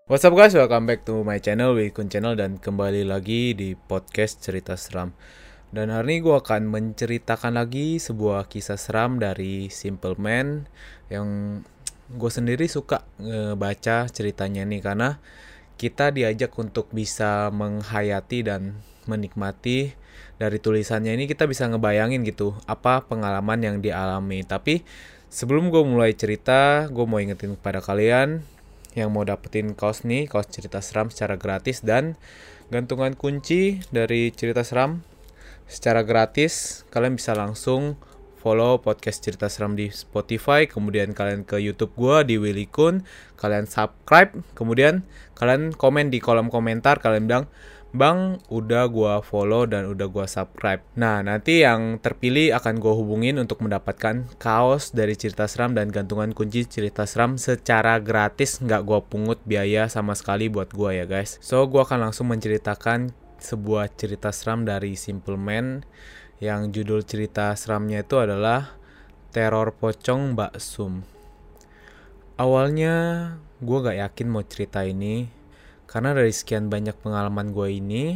What's up guys, welcome back to my channel, Wikun Channel, dan kembali lagi di podcast cerita seram. Dan hari ini gue akan menceritakan lagi sebuah kisah seram dari Simple Man yang gue sendiri suka baca ceritanya nih, karena kita diajak untuk bisa menghayati dan menikmati dari tulisannya ini. Kita bisa ngebayangin gitu apa pengalaman yang dialami. Tapi sebelum gue mulai cerita, gue mau ingetin kepada kalian yang mau dapetin kaos cerita seram secara gratis dan gantungan kunci dari cerita seram secara gratis. Kalian bisa langsung follow podcast cerita seram di Spotify, kemudian kalian ke YouTube gua di Willy Kun, kalian subscribe, kemudian kalian komen di kolom komentar, kalian bilang, "Bang, udah gua follow dan udah gua subscribe." Nah, nanti yang terpilih akan gua hubungin untuk mendapatkan kaos dari cerita seram dan gantungan kunci cerita seram secara gratis, nggak gua pungut biaya sama sekali buat gua ya guys. So, gua akan langsung menceritakan sebuah cerita seram dari Simple Man yang judul cerita seramnya itu adalah Teror Pocong Mbak Sum. Awalnya gue gak yakin mau cerita ini, karena dari sekian banyak pengalaman gue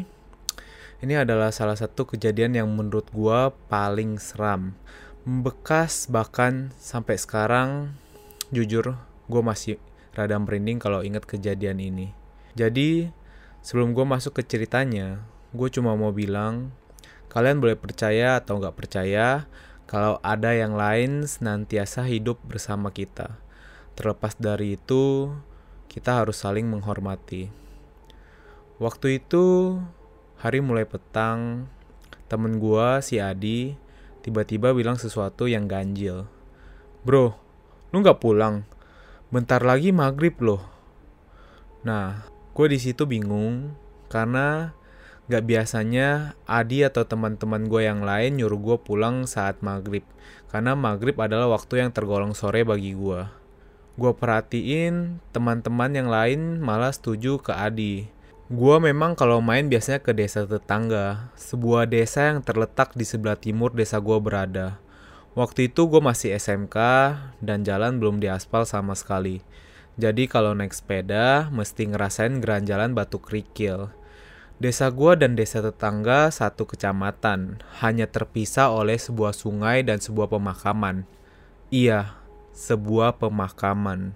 ini adalah salah satu kejadian yang menurut gue paling seram. Membekas bahkan sampai sekarang, jujur gue masih rada merinding kalau ingat kejadian ini. Jadi sebelum gue masuk ke ceritanya, gue cuma mau bilang, kalian boleh percaya atau nggak percaya kalau ada yang lain senantiasa hidup bersama kita. Terlepas dari itu, kita harus saling menghormati. Waktu itu, hari mulai petang, temen gua si Adi tiba-tiba bilang sesuatu yang ganjil. "Bro, lu nggak pulang? Bentar lagi maghrib loh." Nah, gue di situ bingung karena gak biasanya Adi atau teman-teman gue yang lain nyuruh gue pulang saat maghrib, karena maghrib adalah waktu yang tergolong sore bagi gue. Gue perhatiin teman-teman yang lain malah setuju ke Adi. Gue memang kalau main biasanya ke desa tetangga, sebuah desa yang terletak di sebelah timur desa gue berada. Waktu itu gue masih SMK dan jalan belum diaspal sama sekali. Jadi kalau naik sepeda mesti ngerasain geranjalan batu kerikil. Desa gua dan desa tetangga satu kecamatan, hanya terpisah oleh sebuah sungai dan sebuah pemakaman. Iya, sebuah pemakaman.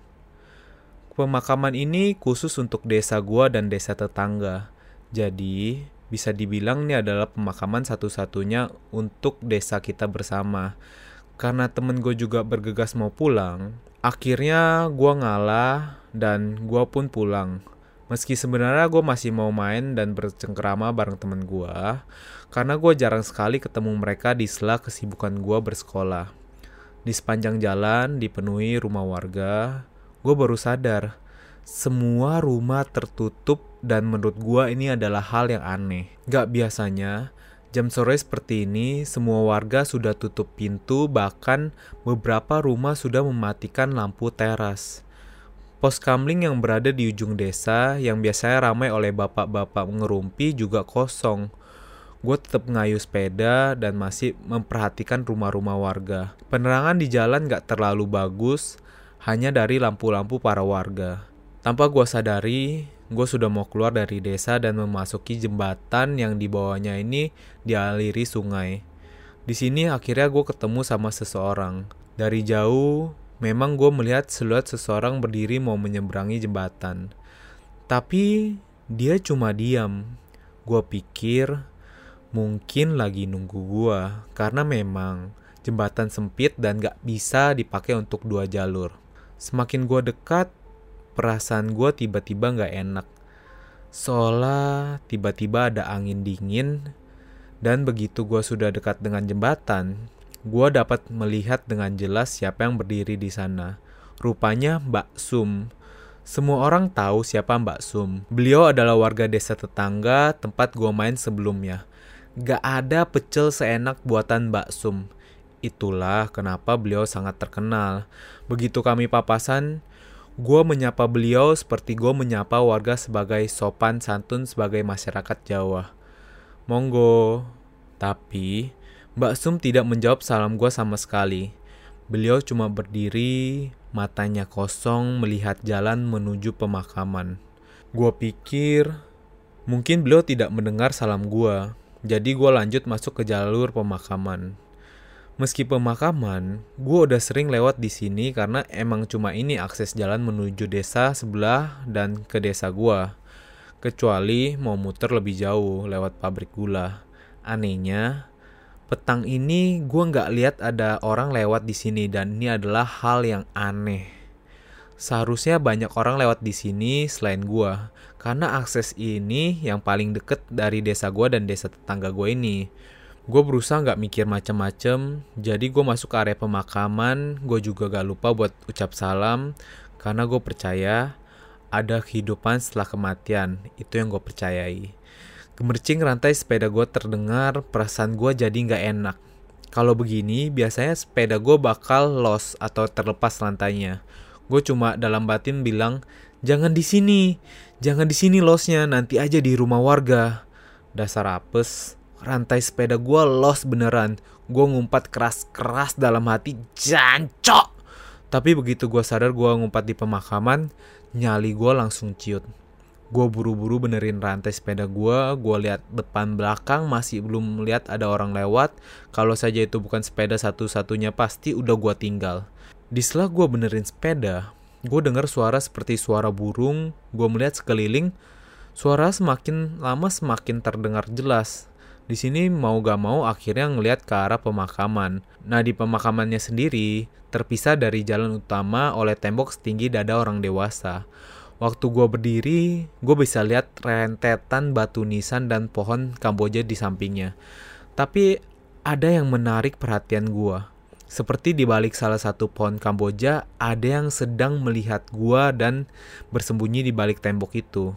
Pemakaman ini khusus untuk desa gua dan desa tetangga. Jadi, bisa dibilang ini adalah pemakaman satu-satunya untuk desa kita bersama. Karena temen gue juga bergegas mau pulang, akhirnya gua ngalah dan gua pun pulang. Meski sebenarnya gue masih mau main dan bercengkerama bareng temen gue, karena gue jarang sekali ketemu mereka di sela kesibukan gue bersekolah. Di sepanjang jalan dipenuhi rumah warga, gue baru sadar semua rumah tertutup, dan menurut gue ini adalah hal yang aneh. Gak biasanya, jam sore seperti ini semua warga sudah tutup pintu, bahkan beberapa rumah sudah mematikan lampu teras. Pos kamling yang berada di ujung desa yang biasanya ramai oleh bapak-bapak ngerumpi juga kosong. Gue tetap ngayuh sepeda dan masih memperhatikan rumah-rumah warga. Penerangan di jalan gak terlalu bagus, hanya dari lampu-lampu para warga. Tanpa gue sadari, gue sudah mau keluar dari desa dan memasuki jembatan yang di bawahnya ini dialiri sungai. Di sini akhirnya gue ketemu sama seseorang. Dari jauh, memang gue melihat siluet seseorang berdiri mau menyeberangi jembatan. Tapi dia cuma diam. Gue pikir mungkin lagi nunggu gue, karena memang jembatan sempit dan gak bisa dipakai untuk dua jalur. Semakin gue dekat, perasaan gue tiba-tiba gak enak. Seolah tiba-tiba ada angin dingin, dan begitu gue sudah dekat dengan jembatan, gue dapat melihat dengan jelas siapa yang berdiri di sana. Rupanya Mbak Sum. Semua orang tahu siapa Mbak Sum. Beliau adalah warga desa tetangga tempat gue main sebelumnya. Gak ada pecel seenak buatan Mbak Sum. Itulah kenapa beliau sangat terkenal. Begitu kami papasan, gue menyapa beliau seperti gue menyapa warga sebagai sopan santun sebagai masyarakat Jawa. "Monggo." Tapi Mbak Sum tidak menjawab salam gue sama sekali. Beliau cuma berdiri, matanya kosong melihat jalan menuju pemakaman. Gue pikir mungkin beliau tidak mendengar salam gue. Jadi gue lanjut masuk ke jalur pemakaman. Meski pemakaman, gue udah sering lewat di sini karena emang cuma ini akses jalan menuju desa sebelah dan ke desa gue. Kecuali mau muter lebih jauh lewat pabrik gula. Anehnya, petang ini gue nggak lihat ada orang lewat di sini dan ini adalah hal yang aneh. Seharusnya banyak orang lewat di sini selain gue, karena akses ini yang paling deket dari desa gue dan desa tetangga gue ini. Gue berusaha gak mikir macem-macem, jadi gue masuk ke area pemakaman. Gue juga gak lupa buat ucap salam, karena gue percaya ada kehidupan setelah kematian. Itu yang gue percayai. Gemercing rantai sepeda gue terdengar, perasaan gue jadi gak enak. Kalau begini, biasanya sepeda gue bakal lost atau terlepas lantainya. Gue cuma dalam batin bilang, jangan di sini lostnya, nanti aja di rumah warga. Dasar apes. Rantai sepeda gue lost beneran. Gue ngumpat keras-keras dalam hati, jancok. Tapi begitu gue sadar gue ngumpat di pemakaman, nyali gue langsung ciut. Gue buru-buru benerin rantai sepeda gue lihat depan belakang masih belum melihat ada orang lewat. Kalau saja itu bukan sepeda satu-satunya pasti udah gue tinggal. Di setelah gue benerin sepeda, gue dengar suara seperti suara burung. Gue melihat sekeliling, suara semakin lama semakin terdengar jelas. Di sini mau gak mau akhirnya ngelihat ke arah pemakaman. Nah, di pemakamannya sendiri terpisah dari jalan utama oleh tembok setinggi dada orang dewasa. Waktu gue berdiri, gue bisa lihat rentetan batu nisan dan pohon Kamboja di sampingnya. Tapi ada yang menarik perhatian gue. Seperti di balik salah satu pohon Kamboja, ada yang sedang melihat gue dan bersembunyi di balik tembok itu.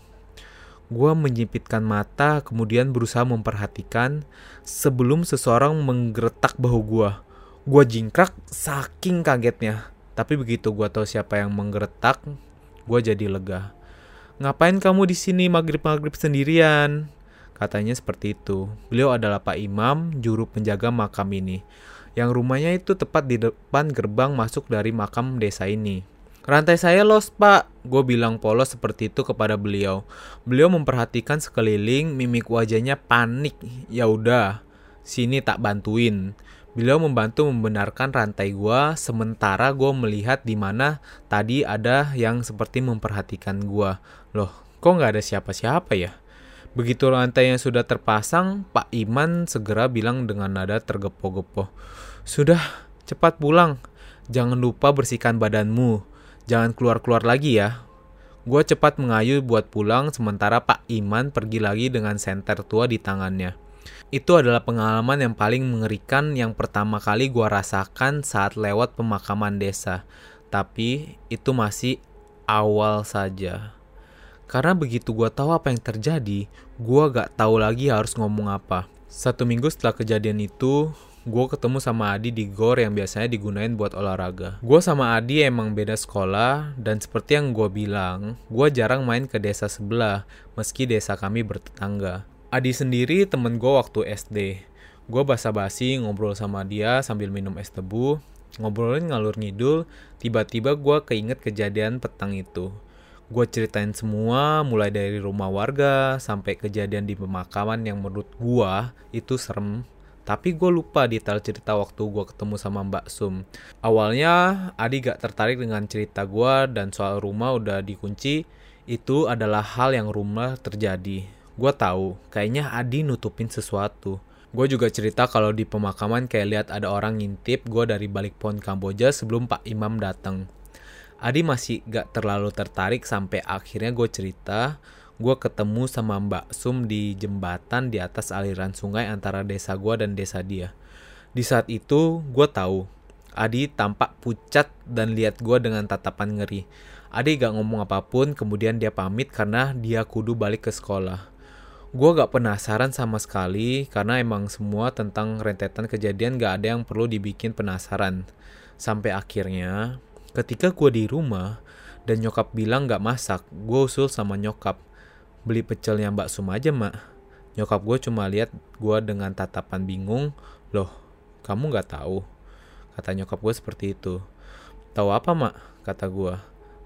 Gue menyipitkan mata, kemudian berusaha memperhatikan sebelum seseorang menggeretak bahu gue. Gue jingkrak saking kagetnya. Tapi begitu gue tahu siapa yang menggeretak, gue jadi lega. Ngapain kamu di sini maghrib-maghrib sendirian? Katanya seperti itu. Beliau adalah Pak Imam, juru penjaga makam ini. Yang rumahnya itu tepat di depan gerbang masuk dari makam desa ini. Rantai saya lost, Pak. Gue bilang polos seperti itu kepada beliau. Beliau memperhatikan sekeliling, mimik wajahnya panik. Ya udah, sini tak bantuin. Beliau membantu membenarkan rantai gue, sementara gue melihat di mana tadi ada yang seperti memperhatikan gue. Loh, kok nggak ada siapa-siapa ya? Begitu rantainya sudah terpasang, Pak Iman segera bilang dengan nada tergepo-gepo. Sudah, cepat pulang. Jangan lupa bersihkan badanmu. Jangan keluar-keluar lagi ya. Gue cepat mengayu buat pulang, sementara Pak Iman pergi lagi dengan senter tua di tangannya. Itu adalah pengalaman yang paling mengerikan yang pertama kali gue rasakan saat lewat pemakaman desa. Tapi itu masih awal saja. Karena begitu gue tahu apa yang terjadi, gue gak tahu lagi harus ngomong apa. 1 minggu setelah kejadian itu, gue ketemu sama Adi di gor yang biasanya digunain buat olahraga. Gue sama Adi emang beda sekolah, dan seperti yang gue bilang, gue jarang main ke desa sebelah, meski desa kami bertetangga. Adi sendiri temen gue waktu SD. Gue basa-basi ngobrol sama dia sambil minum es tebu, ngobrolin ngalur ngidul, tiba-tiba gue keinget kejadian petang itu. Gue ceritain semua, mulai dari rumah warga sampai kejadian di pemakaman yang menurut gue itu serem. Tapi gue lupa detail cerita waktu gue ketemu sama Mbak Sum. Awalnya Adi gak tertarik dengan cerita gue dan soal rumah udah dikunci. Itu adalah hal yang rumah terjadi. Gue tahu, kayaknya Adi nutupin sesuatu. Gue juga cerita kalau di pemakaman kayak lihat ada orang ngintip gue dari balik pohon Kamboja sebelum Pak Imam datang. Adi masih gak terlalu tertarik sampai akhirnya gue cerita, gue ketemu sama Mbak Sum di jembatan di atas aliran sungai antara desa gue dan desa dia. Di saat itu gue tahu, Adi tampak pucat dan lihat gue dengan tatapan ngeri. Adi gak ngomong apapun, kemudian dia pamit karena dia kudu balik ke sekolah. Gue gak penasaran sama sekali karena emang semua tentang rentetan kejadian gak ada yang perlu dibikin penasaran. Sampai akhirnya, ketika gue di rumah dan nyokap bilang gak masak, gue usul sama nyokap, beli pecelnya Mbak Sum aja, Mak. Nyokap gue cuma lihat gue dengan tatapan bingung. Loh, kamu gak tahu? Kata nyokap gue seperti itu. Tahu apa, Mak? Kata gue.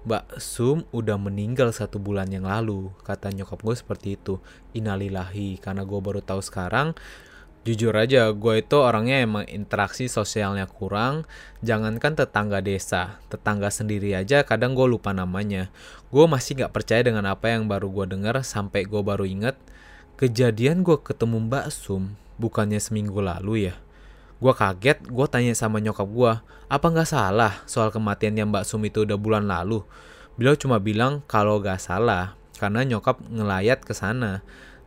Mbak Sum udah meninggal 1 bulan yang lalu. Kata nyokap gue seperti itu. Innalillahi, karena gue baru tahu sekarang. Jujur aja, gue itu orangnya emang interaksi sosialnya kurang. Jangankan tetangga desa, tetangga sendiri aja kadang gue lupa namanya. Gue masih gak percaya dengan apa yang baru gue dengar sampai gue baru inget. Kejadian gue ketemu Mbak Sum bukannya seminggu lalu ya. Gue kaget, gue tanya sama nyokap gue, apa gak salah soal kematiannya Mbak Sum itu udah bulan lalu? Beliau cuma bilang kalau gak salah, karena nyokap ngelayat ke sana.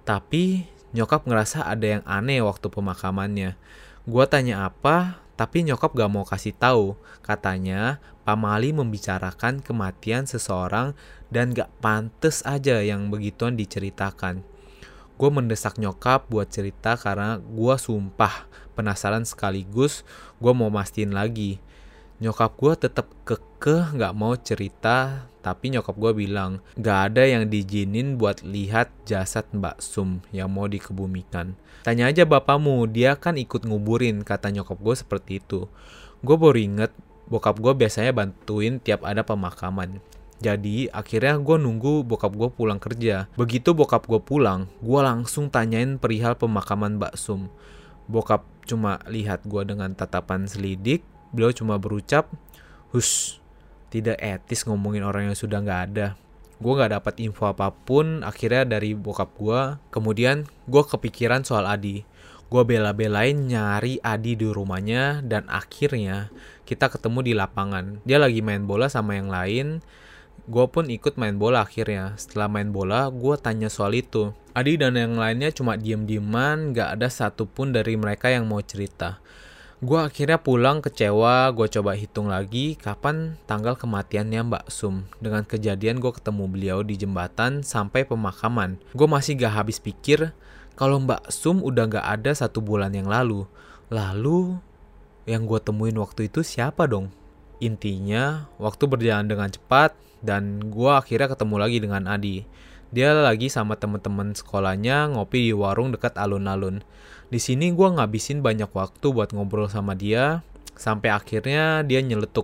Tapi nyokap ngerasa ada yang aneh waktu pemakamannya. Gue tanya apa, tapi nyokap gak mau kasih tahu. Katanya, pamali membicarakan kematian seseorang dan gak pantes aja yang begituan diceritakan. Gue mendesak nyokap buat cerita karena gue sumpah penasaran sekaligus gue mau mastiin lagi. Nyokap gue tetap kekeh gak mau cerita, tapi nyokap gue bilang gak ada yang diizinin buat lihat jasad Mbak Sum yang mau dikebumikan. Tanya aja bapakmu, dia kan ikut nguburin, kata nyokap gue seperti itu. Gue baru inget bokap gue biasanya bantuin tiap ada pemakaman. Jadi akhirnya gue nunggu bokap gue pulang kerja. Begitu bokap gue pulang, gue langsung tanyain perihal pemakaman Mbak Sum. Bokap cuma lihat gue dengan tatapan selidik. Beliau cuma berucap, "Hush, tidak etis ngomongin orang yang sudah gak ada." Gue gak dapat info apapun akhirnya dari bokap gue. Kemudian gue kepikiran soal Adi. Gue bela-belain nyari Adi di rumahnya dan akhirnya kita ketemu di lapangan. Dia lagi main bola sama yang lain. Gue pun ikut main bola akhirnya. Setelah main bola, gue tanya soal itu. Adi dan yang lainnya cuma diem-dieman, gak ada satupun dari mereka yang mau cerita. Gue akhirnya pulang kecewa, gue coba hitung lagi kapan tanggal kematiannya Mbak Sum. Dengan kejadian gue ketemu beliau di jembatan sampai pemakaman. Gue masih gak habis pikir kalau Mbak Sum udah gak ada 1 bulan yang lalu. Lalu yang gue temuin waktu itu siapa dong? Intinya, waktu berjalan dengan cepat dan gue akhirnya ketemu lagi dengan Adi. Dia lagi sama teman-teman sekolahnya ngopi di warung dekat alun-alun. Di sini gue ngabisin banyak waktu buat ngobrol sama dia, sampai akhirnya dia nyeletuk.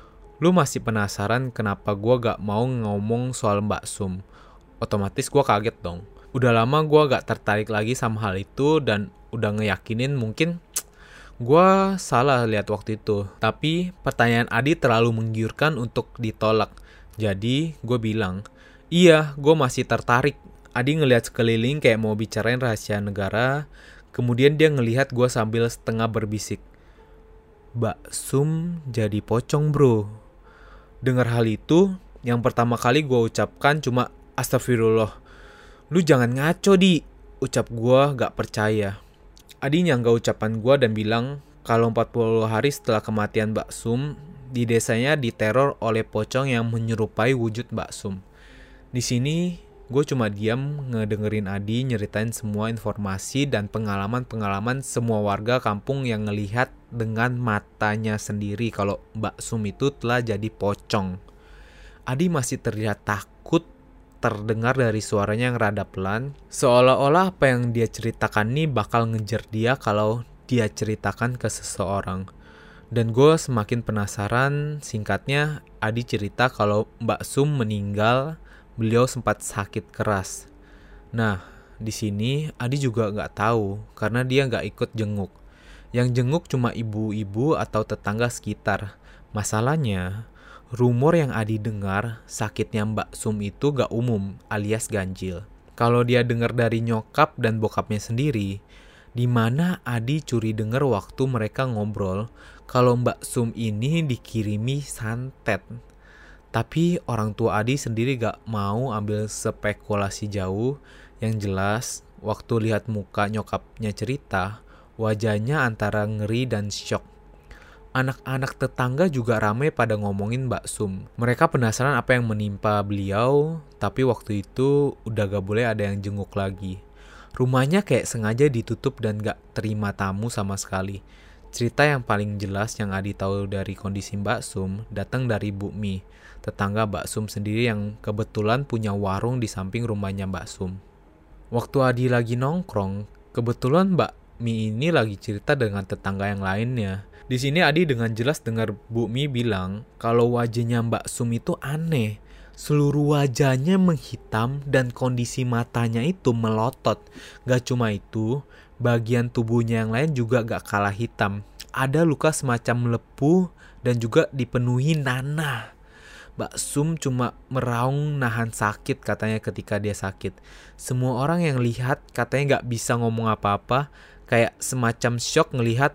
Lu masih penasaran kenapa gue gak mau ngomong soal Mbak Sum? Otomatis gue kaget dong. Udah lama gue gak tertarik lagi sama hal itu dan udah ngeyakinin mungkin gue salah lihat waktu itu. Tapi pertanyaan Adi terlalu menggiurkan untuk ditolak. Jadi gue bilang, iya gue masih tertarik. Adi ngelihat sekeliling kayak mau bicarain rahasia negara. Kemudian dia ngelihat gue sambil setengah berbisik, Mbak Sum jadi pocong bro. Dengar hal itu, yang pertama kali gue ucapkan cuma astagfirullah. Lu jangan ngaco di, ucap gue gak percaya. Adi nyangga ucapan gue dan bilang kalau 40 hari setelah kematian Mbak Sum, di desanya diteror oleh pocong yang menyerupai wujud Mbak Sum. Di sini gue cuma diam ngedengerin Adi nyeritain semua informasi dan pengalaman-pengalaman semua warga kampung yang ngelihat dengan matanya sendiri kalau Mbak Sum itu telah jadi pocong. Adi masih terlihat takut, terdengar dari suaranya yang rada pelan, seolah-olah apa yang dia ceritakan nih bakal ngejar dia kalau dia ceritakan ke seseorang. Dan gue semakin penasaran. Singkatnya, Adi cerita kalau Mbak Sum meninggal, beliau sempat sakit keras. Nah, di sini Adi juga nggak tahu karena dia nggak ikut jenguk. Yang jenguk cuma ibu-ibu atau tetangga sekitar. Masalahnya, rumor yang Adi dengar sakitnya Mbak Sum itu gak umum alias ganjil. Kalau dia dengar dari nyokap dan bokapnya sendiri, di mana Adi curi dengar waktu mereka ngobrol kalau Mbak Sum ini dikirimi santet. Tapi orang tua Adi sendiri gak mau ambil spekulasi jauh. Yang jelas, waktu lihat muka nyokapnya cerita, wajahnya antara ngeri dan syok. Anak-anak tetangga juga ramai pada ngomongin Mbak Sum. Mereka penasaran apa yang menimpa beliau, tapi waktu itu udah gak boleh ada yang jenguk lagi. Rumahnya kayak sengaja ditutup dan gak terima tamu sama sekali. Cerita yang paling jelas yang Adi tahu dari kondisi Mbak Sum datang dari Bu Mi, tetangga Mbak Sum sendiri yang kebetulan punya warung di samping rumahnya Mbak Sum. Waktu Adi lagi nongkrong, kebetulan Mbak Mi ini lagi cerita dengan tetangga yang lainnya. Di sini Adi dengan jelas dengar Bu Mi bilang kalau wajahnya Mbak Sum itu aneh. Seluruh wajahnya menghitam dan kondisi matanya itu melotot. Gak cuma itu, bagian tubuhnya yang lain juga gak kalah hitam. Ada luka semacam lepuh dan juga dipenuhi nanah. Mbak Sum cuma meraung nahan sakit katanya ketika dia sakit. Semua orang yang lihat katanya gak bisa ngomong apa-apa. Kayak semacam shock ngelihat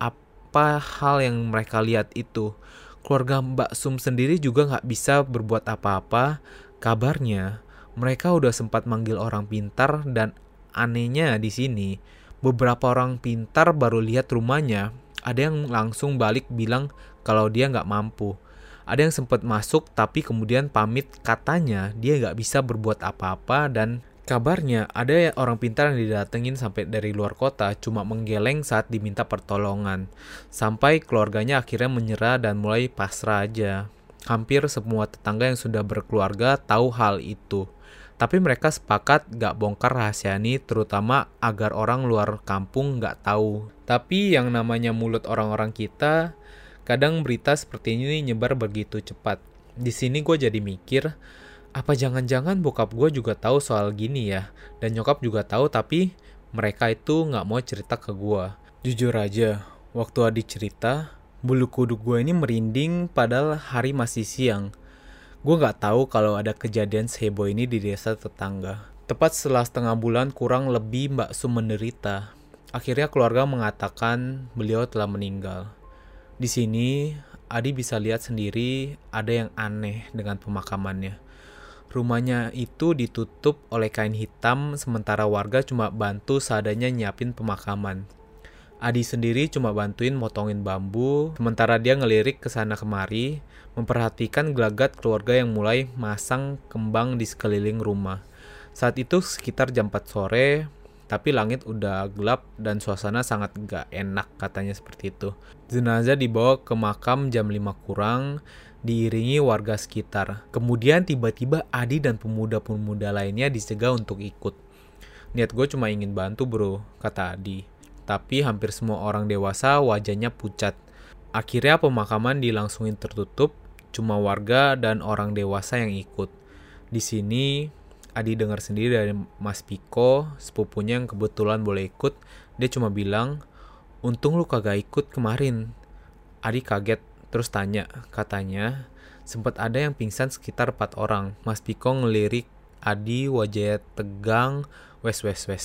apa hal yang mereka lihat itu. Keluarga Mbak Sum sendiri juga gak bisa berbuat apa-apa. Kabarnya mereka udah sempat manggil orang pintar dan anehnya di sini beberapa orang pintar baru lihat rumahnya. Ada yang langsung balik bilang kalau dia gak mampu. Ada yang sempat masuk tapi kemudian pamit katanya dia gak bisa berbuat apa-apa dan kabarnya ada orang pintar yang didatengin sampai dari luar kota cuma menggeleng saat diminta pertolongan. Sampai keluarganya akhirnya menyerah dan mulai pasrah aja. Hampir semua tetangga yang sudah berkeluarga tahu hal itu. Tapi mereka sepakat gak bongkar rahasia ini terutama agar orang luar kampung gak tahu. Tapi yang namanya mulut orang-orang kita, kadang berita seperti ini nyebar begitu cepat. Di sini gue jadi mikir, apa jangan-jangan bokap gue juga tahu soal gini ya? Dan nyokap juga tahu tapi mereka itu gak mau cerita ke gue. Jujur aja, waktu Adi cerita, bulu kuduk gue ini merinding padahal hari masih siang. Gue gak tahu kalau ada kejadian seheboh ini di desa tetangga. Tepat setelah setengah bulan kurang lebih Mbak Sum menderita. Akhirnya keluarga mengatakan beliau telah meninggal. Di sini, Adi bisa lihat sendiri ada yang aneh dengan pemakamannya. Rumahnya itu ditutup oleh kain hitam sementara warga cuma bantu seadanya nyiapin pemakaman. Adi sendiri cuma bantuin motongin bambu, sementara dia ngelirik ke sana kemari, memperhatikan gelagat keluarga yang mulai masang kembang di sekeliling rumah. Saat itu sekitar jam 4 sore, tapi langit udah gelap dan suasana sangat gak enak katanya seperti itu. Jenazah dibawa ke makam jam 5 kurang, diiringi warga sekitar. Kemudian tiba-tiba Adi dan pemuda-pemuda lainnya dicegah untuk ikut. Niat gue cuma ingin bantu bro, kata Adi. Tapi hampir semua orang dewasa wajahnya pucat. Akhirnya pemakaman dilangsungin tertutup, cuma warga dan orang dewasa yang ikut. Di sini Adi dengar sendiri dari Mas Piko, sepupunya yang kebetulan boleh ikut. Dia cuma bilang, untung lu kagak ikut kemarin. Adi kaget, terus tanya, katanya sempat ada yang pingsan sekitar 4 orang. Mas Piko ngelirik Adi wajahnya tegang, wes.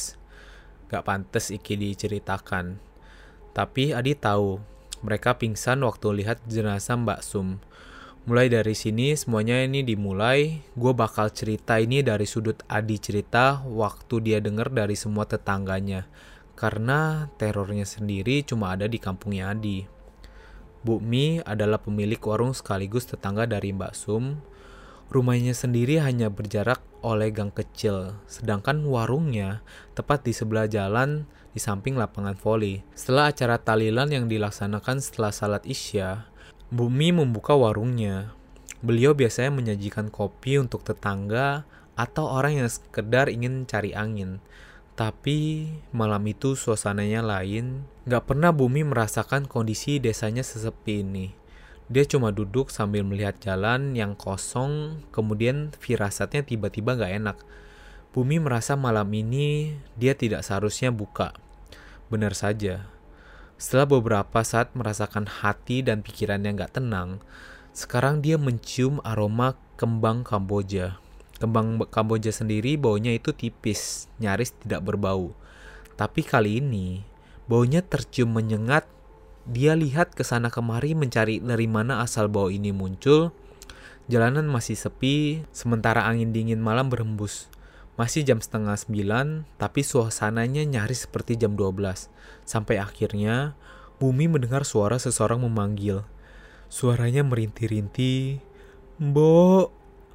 Gak pantas iki diceritakan. Tapi Adi tahu, mereka pingsan waktu lihat jenazah Mbak Sum. Mulai dari sini semuanya ini dimulai. Gue bakal cerita ini dari sudut Adi cerita waktu dia dengar dari semua tetangganya. Karena terornya sendiri cuma ada di kampungnya Adi. Bu Mi adalah pemilik warung sekaligus tetangga dari Mbak Sum. Rumahnya sendiri hanya berjarak oleh gang kecil, sedangkan warungnya tepat di sebelah jalan di samping lapangan voli. Setelah acara tahlilan yang dilaksanakan setelah salat Isya, Bu Mi membuka warungnya. Beliau biasanya menyajikan kopi untuk tetangga atau orang yang sekedar ingin cari angin. Tapi malam itu suasananya lain. Gak pernah Bu Mi merasakan kondisi desanya sesepi ini. Dia cuma duduk sambil melihat jalan yang kosong, kemudian firasatnya tiba-tiba gak enak. Bu Mi merasa malam ini dia tidak seharusnya buka. Benar saja. Setelah beberapa saat merasakan hati dan pikirannya gak tenang, sekarang dia mencium aroma kembang Kamboja. Kembang Kamboja sendiri baunya itu tipis, nyaris tidak berbau. Tapi kali ini, baunya tercium menyengat. Dia lihat ke sana kemari mencari dari mana asal bau ini muncul. Jalanan masih sepi, sementara angin dingin malam berhembus. Masih jam 8:30, tapi suasananya nyaris seperti jam 12. Sampai akhirnya, Bumi mendengar suara seseorang memanggil. Suaranya merintih-rintih. Mbok,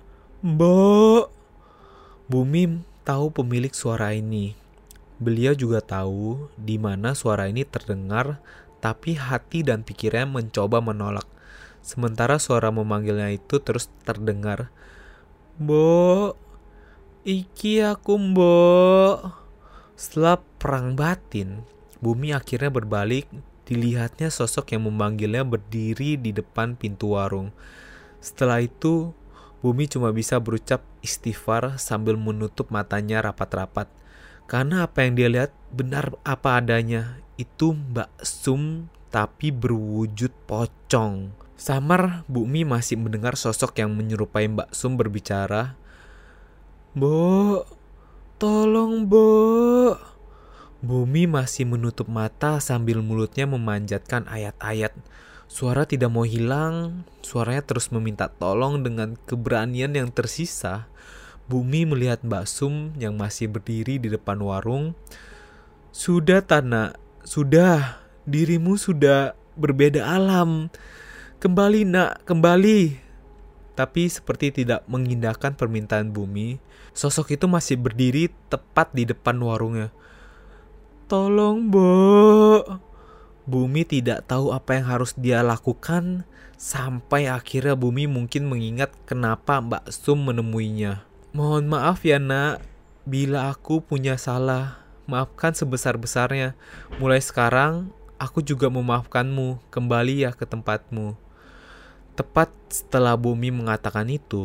Mbok. Bumi tahu pemilik suara ini. Beliau juga tahu di mana suara ini terdengar, tapi hati dan pikirannya mencoba menolak. Sementara suara memanggilnya itu terus terdengar. Mbok, iki aku mbok. Setelah perang batin, Bumi akhirnya berbalik, dilihatnya sosok yang memanggilnya berdiri di depan pintu warung. Setelah itu, Bumi cuma bisa berucap istighfar sambil menutup matanya rapat-rapat. Karena apa yang dia lihat benar apa adanya. Itu Mbak Sum tapi berwujud pocong. Samar, Bumi masih mendengar sosok yang menyerupai Mbak Sum berbicara. "Mbok, tolong Mbok." Bumi masih menutup mata sambil mulutnya memanjatkan ayat-ayat. Suara tidak mau hilang, suaranya terus meminta tolong dengan keberanian yang tersisa. Bumi melihat Mbak Sum yang masih berdiri di depan warung. "Sudah Tana, sudah, dirimu sudah berbeda alam. Kembali nak, kembali." Tapi seperti tidak mengindahkan permintaan Bumi, sosok itu masih berdiri tepat di depan warungnya. "Tolong, Mbok." Bumi tidak tahu apa yang harus dia lakukan sampai akhirnya Bumi mungkin mengingat kenapa Mbak Sum menemuinya. "Mohon maaf ya nak, bila aku punya salah, maafkan sebesar-besarnya. Mulai sekarang, aku juga memaafkanmu, kembali ya ke tempatmu." Tepat setelah Bumi mengatakan itu,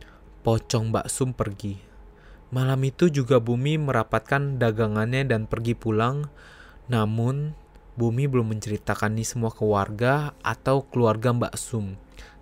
pocong Mbak Sum pergi. Malam itu juga Bumi merapatkan dagangannya dan pergi pulang. Namun, Bumi belum menceritakan ini semua ke warga atau keluarga Mbak Sum.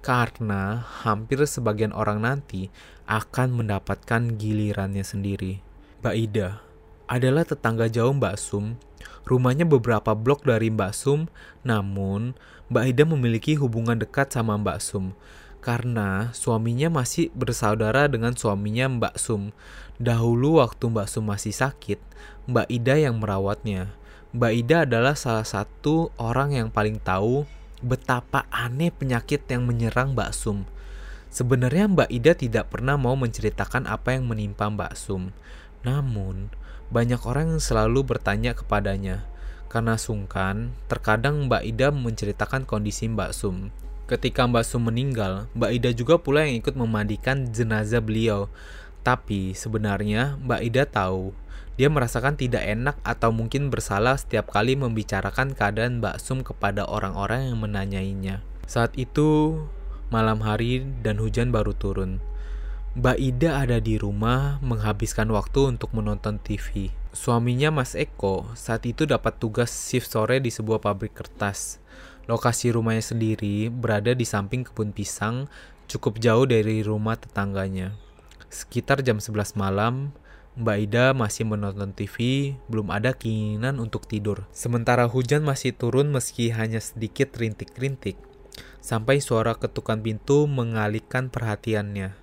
Karena hampir sebagian orang nanti akan mendapatkan gilirannya sendiri. Mbak Ida adalah tetangga jauh Mbak Sum. Rumahnya beberapa blok dari Mbak Sum, namun Mbak Ida memiliki hubungan dekat sama Mbak Sum. Karena suaminya masih bersaudara dengan suaminya Mbak Sum. Dahulu waktu Mbak Sum masih sakit, Mbak Ida yang merawatnya. Mbak Ida adalah salah satu orang yang paling tahu betapa aneh penyakit yang menyerang Mbak Sum. Sebenarnya Mbak Ida tidak pernah mau menceritakan apa yang menimpa Mbak Sum. Namun, banyak orang yang selalu bertanya kepadanya. Karena sungkan, terkadang Mbak Ida menceritakan kondisi Mbak Sum. Ketika Mbak Sum meninggal, Mbak Ida juga pula yang ikut memandikan jenazah beliau. Tapi sebenarnya Mbak Ida tahu, dia merasakan tidak enak atau mungkin bersalah setiap kali membicarakan keadaan Mbak Sum kepada orang-orang yang menanyainya. Saat itu, malam hari dan hujan baru turun. Mbak Ida ada di rumah menghabiskan waktu untuk menonton TV. Suaminya Mas Eko saat itu dapat tugas shift sore di sebuah pabrik kertas. Lokasi rumahnya sendiri berada di samping kebun pisang, cukup jauh dari rumah tetangganya. Sekitar jam 11 malam, Mbak Ida masih menonton TV, belum ada keinginan untuk tidur. Sementara hujan masih turun meski hanya sedikit rintik-rintik, sampai suara ketukan pintu mengalihkan perhatiannya.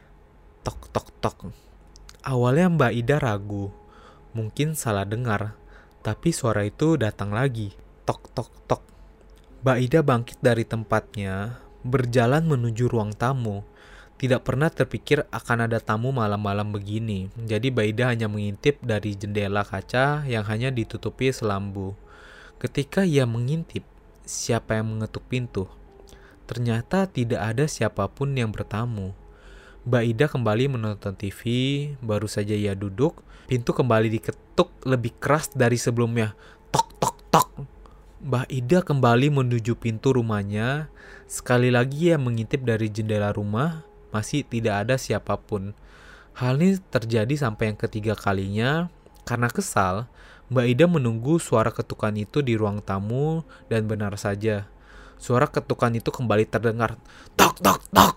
Tok tok tok. Awalnya Mbak Ida ragu, mungkin salah dengar, tapi suara itu datang lagi. Tok tok tok. Mbak Ida bangkit dari tempatnya, berjalan menuju ruang tamu. Tidak pernah terpikir akan ada tamu malam-malam begini. Jadi Mbak Ida hanya mengintip dari jendela kaca yang hanya ditutupi selambu. Ketika ia mengintip, siapa yang mengetuk pintu? Ternyata tidak ada siapapun yang bertamu. Mbak Ida kembali menonton TV, baru saja ia duduk, pintu kembali diketuk lebih keras dari sebelumnya. Tok tok tok. Mbak Ida kembali menuju pintu rumahnya. Sekali lagi ia mengintip dari jendela rumah, masih tidak ada siapapun. Hal ini terjadi sampai yang ketiga kalinya. Karena kesal, Mbak Ida menunggu suara ketukan itu di ruang tamu dan benar saja. Suara ketukan itu kembali terdengar. Tok tok tok.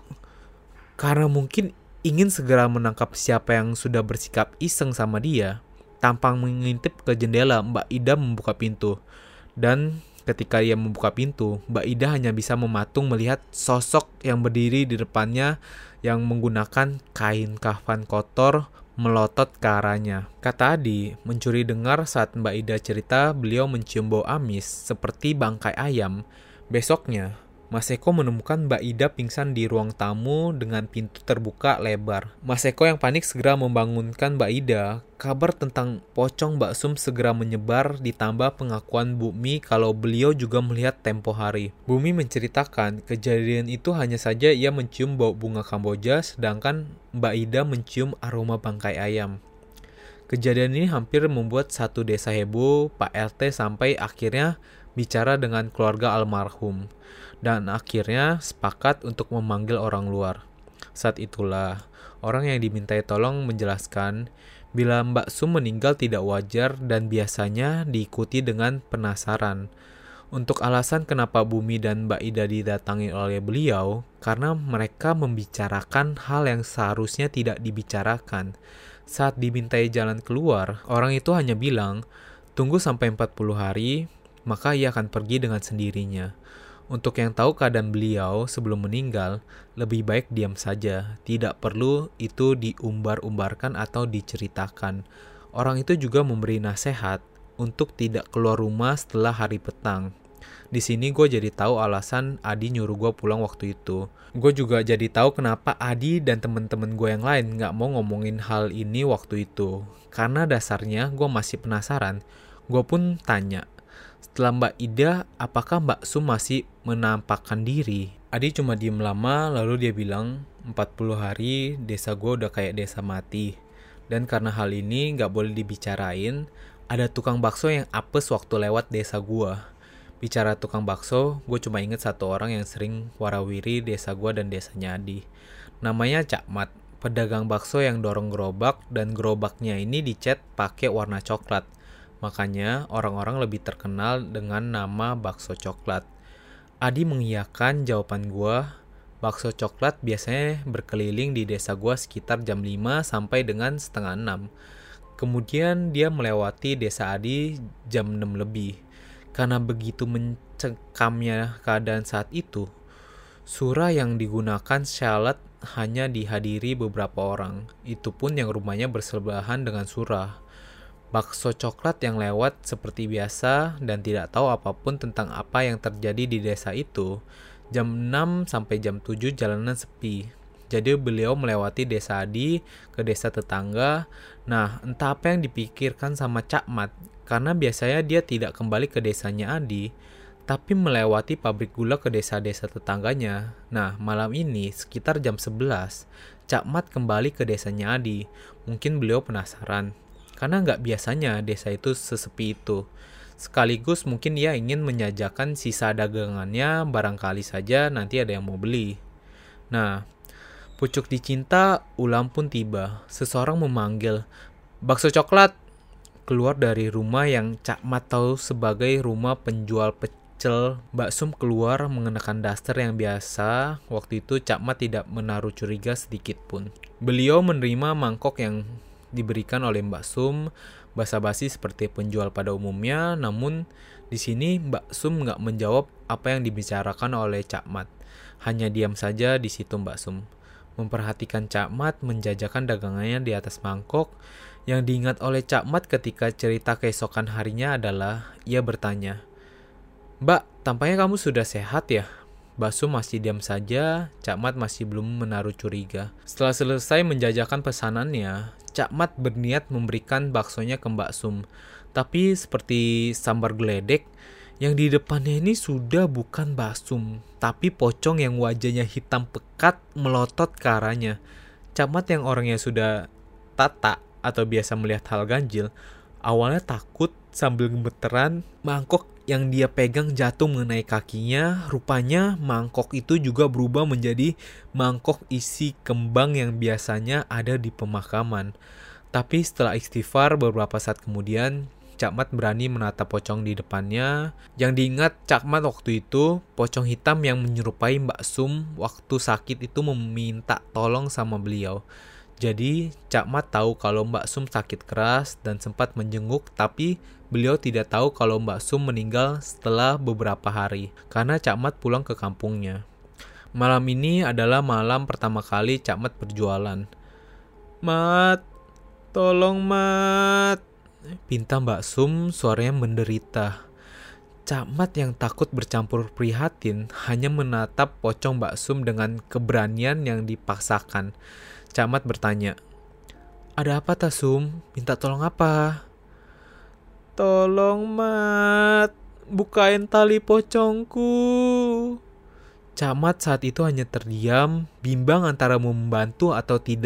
Karena mungkin ingin segera menangkap siapa yang sudah bersikap iseng sama dia, tanpa mengintip ke jendela, Mbak Ida membuka pintu. Dan ketika ia membuka pintu, Mbak Ida hanya bisa mematung melihat sosok yang berdiri di depannya yang menggunakan kain kafan kotor melotot ke arahnya. Kata Adi, mencuri dengar saat Mbak Ida cerita beliau mencium bau amis seperti bangkai ayam. Besoknya, Mas Eko menemukan Mbak Ida pingsan di ruang tamu dengan pintu terbuka lebar. Mas Eko yang panik segera membangunkan Mbak Ida. Kabar tentang pocong Mbak Sum segera menyebar ditambah pengakuan Bumi kalau beliau juga melihat tempo hari. Bumi menceritakan kejadian itu hanya saja ia mencium bau bunga Kamboja sedangkan Mbak Ida mencium aroma bangkai ayam. Kejadian ini hampir membuat satu desa heboh. Pak RT sampai akhirnya bicara dengan keluarga almarhum dan akhirnya sepakat untuk memanggil orang luar. Saat itulah orang yang dimintai tolong menjelaskan bila Mbak Sum meninggal tidak wajar dan biasanya diikuti dengan penasaran. Untuk alasan kenapa Bumi dan Mbak Ida didatangi oleh beliau, karena mereka membicarakan hal yang seharusnya tidak dibicarakan. Saat dimintai jalan keluar, orang itu hanya bilang, tunggu sampai 40 hari, maka ia akan pergi dengan sendirinya. Untuk yang tahu keadaan beliau sebelum meninggal, lebih baik diam saja. Tidak perlu itu diumbar-umbarkan atau diceritakan. Orang itu juga memberi nasihat untuk tidak keluar rumah setelah hari petang. Di sini gue jadi tahu alasan Adi nyuruh gue pulang waktu itu. Gue juga jadi tahu kenapa Adi dan temen-temen gue yang lain gak mau ngomongin hal ini waktu itu. Karena dasarnya gue masih penasaran. Gue pun tanya, setelah Mbak Ida, apakah Mbak Sum masih menampakkan diri? Adi cuma diem lama, lalu dia bilang, 40 hari desa gue udah kayak desa mati. Dan karena hal ini gak boleh dibicarain, ada tukang bakso yang apes waktu lewat desa gue. Bicara tukang bakso, gue cuma inget satu orang yang sering warawiri desa gue dan desanya Adi. Namanya Cak Mat, pedagang bakso yang dorong gerobak dan gerobaknya ini dicat pakai warna coklat. Makanya orang-orang lebih terkenal dengan nama bakso coklat. Adi mengiyakan jawaban gue. Bakso coklat biasanya berkeliling di desa gue sekitar jam 5 sampai dengan setengah 6. Kemudian dia melewati desa Adi jam 6 lebih. Karena begitu mencekamnya keadaan saat itu, surah yang digunakan syalat hanya dihadiri beberapa orang. Itu pun yang rumahnya bersebelahan dengan surah. Bakso coklat yang lewat seperti biasa dan tidak tahu apapun tentang apa yang terjadi di desa itu. Jam 6 sampai jam 7 jalanan sepi. Jadi beliau melewati desa Adi ke desa tetangga. Nah, entah apa yang dipikirkan sama Cak Mat, karena biasanya dia tidak kembali ke desanya Adi, tapi melewati pabrik gula ke desa-desa tetangganya. Nah, malam ini sekitar jam 11, Cak Mat kembali ke desanya Adi. Mungkin beliau penasaran, karena nggak biasanya desa itu sesepi itu. Sekaligus mungkin ia ingin menjajakan sisa dagangannya, barangkali saja nanti ada yang mau beli. Nah, pucuk dicinta, ulam pun tiba. Seseorang memanggil, bakso coklat. Keluar dari rumah yang Cak Mat tahu sebagai rumah penjual pecel. Mbak Sum keluar mengenakan daster yang biasa. Waktu itu Cak Mat tidak menaruh curiga sedikit pun. Beliau menerima mangkok yang diberikan oleh Mbak Sum, basa-basi seperti penjual pada umumnya. Namun di sini Mbak Sum nggak menjawab apa yang dibicarakan oleh Cak Mat. Hanya diam saja di situ Mbak Sum, memperhatikan Cak Mat menjajakan dagangannya di atas mangkok. Yang diingat oleh Cak Mat ketika cerita keesokan harinya adalah ia bertanya, "Mbak, tampaknya kamu sudah sehat ya?" Mbak Sum masih diam saja. Cak Mat masih belum menaruh curiga. Setelah selesai menjajakan pesanannya, Cak Mat berniat memberikan baksonya ke Mbak Sum. Tapi seperti sambar geledek, yang di depannya ini sudah bukan Mbak Sum, tapi pocong yang wajahnya hitam pekat melotot ke arahnya. Cak Mat yang orangnya sudah tata atau biasa melihat hal ganjil, awalnya takut sambil gemeteran. Mangkok yang dia pegang jatuh mengenai kakinya. Rupanya mangkok itu juga berubah menjadi mangkok isi kembang yang biasanya ada di pemakaman. Tapi setelah istighfar beberapa saat kemudian, Cak Mat berani menatap pocong di depannya. Yang diingat Cak Mat waktu itu, pocong hitam yang menyerupai Mbak Sum waktu sakit itu meminta tolong sama beliau. Jadi Cak Mat tahu kalau Mbak Sum sakit keras dan sempat menjenguk, tapi beliau tidak tahu kalau Mbak Sum meninggal setelah beberapa hari karena Cak Mat pulang ke kampungnya. Malam ini adalah malam pertama kali Cak Mat berjualan. "Mat, tolong Mat," pinta Mbak Sum, suaranya menderita. Cak Mat yang takut bercampur prihatin hanya menatap pocong Mbak Sum dengan keberanian yang dipaksakan. Cak Mat bertanya, "Ada apa Tasum? Minta tolong apa?" "Tolong Mat, bukain tali pocongku." Cak Mat saat itu hanya terdiam, bimbang antara membantu atau tidak.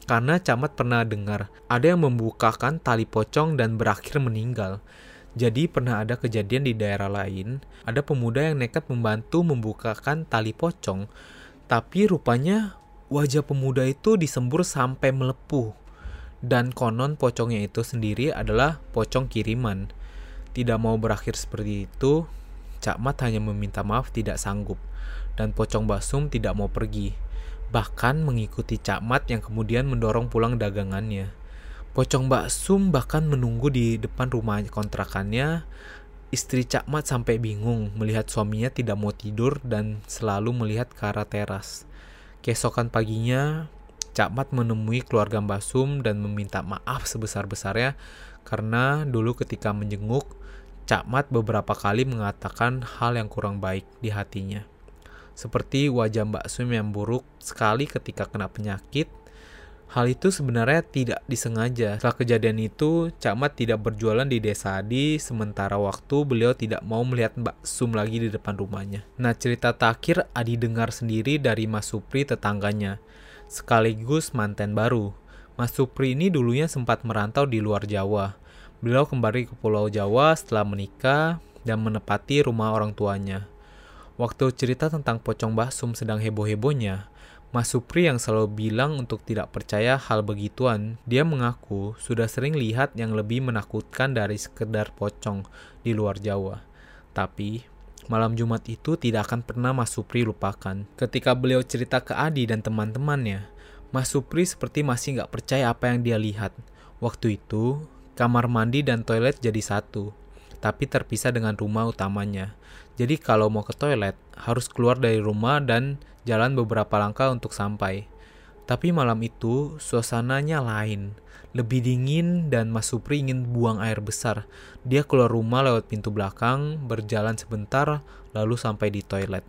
karena Camat pernah dengar ada yang membukakan tali pocong dan berakhir meninggal. Jadi pernah ada kejadian di daerah lain, ada pemuda yang nekat membantu membukakan tali pocong, tapi rupanya wajah pemuda itu disembur sampai melepuh. Dan konon pocongnya itu sendiri adalah pocong kiriman. Tidak mau berakhir seperti itu, Camat hanya meminta maaf tidak sanggup, dan pocong Mbak Sum tidak mau pergi. Bahkan mengikuti Camat yang kemudian mendorong pulang dagangannya. Pocong Mbak Sum bahkan menunggu di depan rumah kontrakannya. Istri Camat sampai bingung melihat suaminya tidak mau tidur dan selalu melihat ke arah teras. Keesokan paginya, Camat menemui keluarga Mbak Sum dan meminta maaf sebesar-besarnya karena dulu ketika menjenguk, Camat beberapa kali mengatakan hal yang kurang baik di hatinya. Seperti wajah Mbak Sum yang buruk sekali ketika kena penyakit. Hal itu sebenarnya tidak disengaja. Setelah kejadian itu, Camat tidak berjualan di desa Adi, sementara waktu beliau tidak mau melihat Mbak Sum lagi di depan rumahnya. Nah, cerita terakhir Adi dengar sendiri dari Mas Supri tetangganya, sekaligus manten baru. Mas Supri ini dulunya sempat merantau di luar Jawa. Beliau kembali ke Pulau Jawa setelah menikah dan menepati rumah orang tuanya. Waktu cerita tentang pocong Mbak Sum sedang heboh-hebohnya, Mas Supri yang selalu bilang untuk tidak percaya hal begituan, dia mengaku sudah sering lihat yang lebih menakutkan dari sekedar pocong di luar Jawa. Tapi, malam Jumat itu tidak akan pernah Mas Supri lupakan. Ketika beliau cerita ke Adi dan teman-temannya, Mas Supri seperti masih nggak percaya apa yang dia lihat. Waktu itu, kamar mandi dan toilet jadi satu, tapi terpisah dengan rumah utamanya. Jadi kalau mau ke toilet, harus keluar dari rumah dan jalan beberapa langkah untuk sampai. Tapi malam itu, suasananya lain. Lebih dingin dan Mas Supri ingin buang air besar. Dia keluar rumah lewat pintu belakang, berjalan sebentar, lalu sampai di toilet.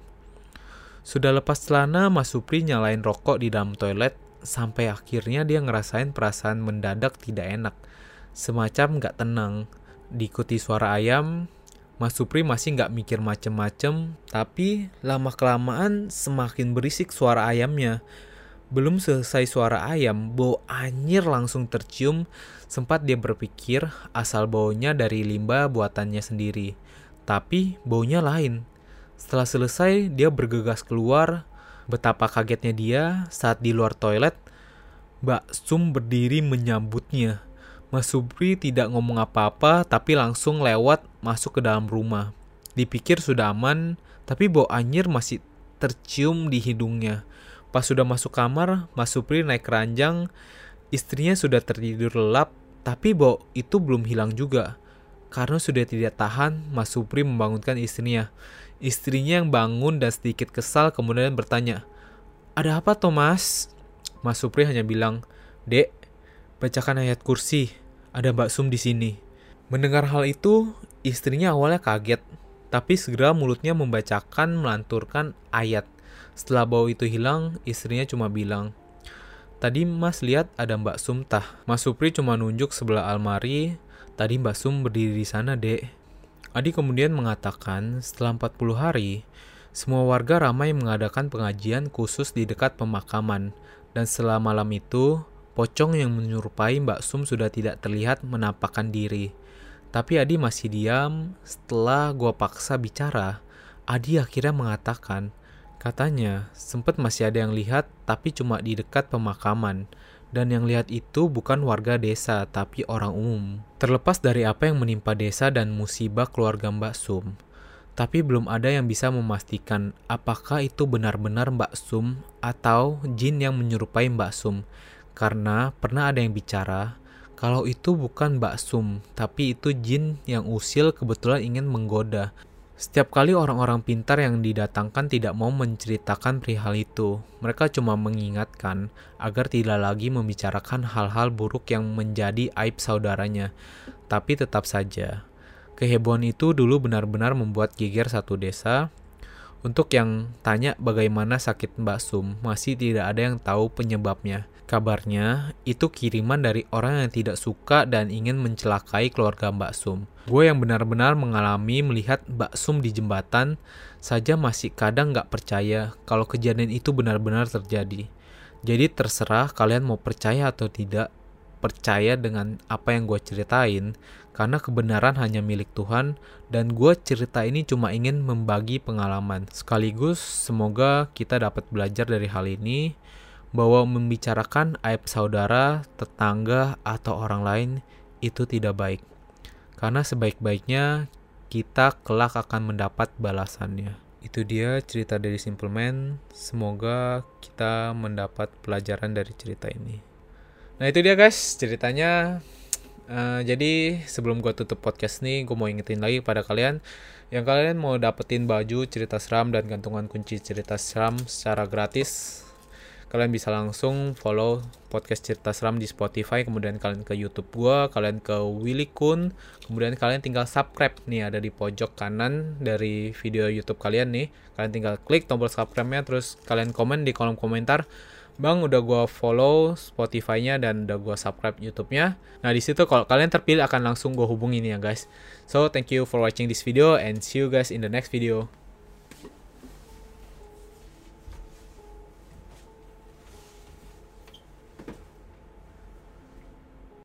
Sudah lepas celana, Mas Supri nyalain rokok di dalam toilet, sampai akhirnya dia ngerasain perasaan mendadak tidak enak. Semacam gak tenang. Diikuti suara ayam, Mas Supri masih gak mikir macem-macem, tapi lama-kelamaan semakin berisik suara ayamnya. Belum selesai suara ayam, bau anyir langsung tercium. Sempat dia berpikir asal baunya dari limbah buatannya sendiri. Tapi baunya lain. Setelah selesai, dia bergegas keluar. Betapa kagetnya dia saat di luar toilet, Mbak Sum berdiri menyambutnya. Mas Supri tidak ngomong apa-apa, tapi langsung lewat masuk ke dalam rumah. Dipikir sudah aman, tapi bau anyir masih tercium di hidungnya. Pas sudah masuk kamar, Mas Supri naik ranjang. Istrinya sudah tertidur lelap, tapi bau itu belum hilang juga. Karena sudah tidak tahan, Mas Supri membangunkan istrinya. Istrinya yang bangun dan sedikit kesal kemudian bertanya, "Ada apa, Thomas?" Mas Supri hanya bilang, "Dek, bacakan ayat kursi, ada Mbak Sum di sini." Mendengar hal itu, istrinya awalnya kaget, tapi segera mulutnya membacakan melanturkan ayat. Setelah bau itu hilang, istrinya cuma bilang, "Tadi Mas lihat ada Mbak Sum tah?" Mas Supri cuma nunjuk sebelah almari, "Tadi Mbak Sum berdiri di sana, Dek." Adi kemudian mengatakan, setelah 40 hari, semua warga ramai mengadakan pengajian khusus di dekat pemakaman, dan setelah malam itu, pocong yang menyerupai Mbak Sum sudah tidak terlihat menampakkan diri. Tapi Adi masih diam. Setelah gua paksa bicara, Adi akhirnya mengatakan, katanya sempat masih ada yang lihat tapi cuma di dekat pemakaman. Dan yang lihat itu bukan warga desa tapi orang umum. Terlepas dari apa yang menimpa desa dan musibah keluarga Mbak Sum, tapi belum ada yang bisa memastikan apakah itu benar-benar Mbak Sum atau jin yang menyerupai Mbak Sum. Karena pernah ada yang bicara kalau itu bukan Mbak Sum, tapi itu jin yang usil kebetulan ingin menggoda. Setiap kali orang-orang pintar yang didatangkan tidak mau menceritakan perihal itu. Mereka cuma mengingatkan agar tidak lagi membicarakan hal-hal buruk yang menjadi aib saudaranya. Tapi tetap saja, kehebohan itu dulu benar-benar membuat geger satu desa. Untuk yang tanya bagaimana sakit Mbak Sum, masih tidak ada yang tahu penyebabnya. Kabarnya, itu kiriman dari orang yang tidak suka dan ingin mencelakai keluarga Mbak Sum. Gue yang benar-benar mengalami melihat Mbak Sum di jembatan saja masih kadang gak percaya kalau kejadian itu benar-benar terjadi. Jadi terserah kalian mau percaya atau tidak percaya dengan apa yang gue ceritain, karena kebenaran hanya milik Tuhan, dan gue cerita ini cuma ingin membagi pengalaman. Sekaligus semoga kita dapat belajar dari hal ini, bahwa membicarakan aib saudara, tetangga, atau orang lain itu tidak baik. Karena sebaik-baiknya kita kelak akan mendapat balasannya. Itu dia cerita dari Simple Man. Semoga kita mendapat pelajaran dari cerita ini. Nah itu dia guys ceritanya. Jadi sebelum gue tutup podcast nih, gue mau ingetin lagi pada kalian, yang kalian mau dapetin baju cerita seram dan gantungan kunci cerita seram secara gratis, kalian bisa langsung follow podcast cerita seram di Spotify, kemudian kalian ke YouTube gue, kalian ke Willy Kun, kemudian kalian tinggal subscribe nih, ada di pojok kanan dari video YouTube kalian nih. Kalian tinggal klik tombol subscribe-nya, terus kalian komen di kolom komentar, Bang, udah gue follow Spotify-nya dan udah gue subscribe YouTube-nya. Nah, di situ kalau kalian terpilih akan langsung gue hubungin ya, guys. So, thank you for watching this video and see you guys in the next video.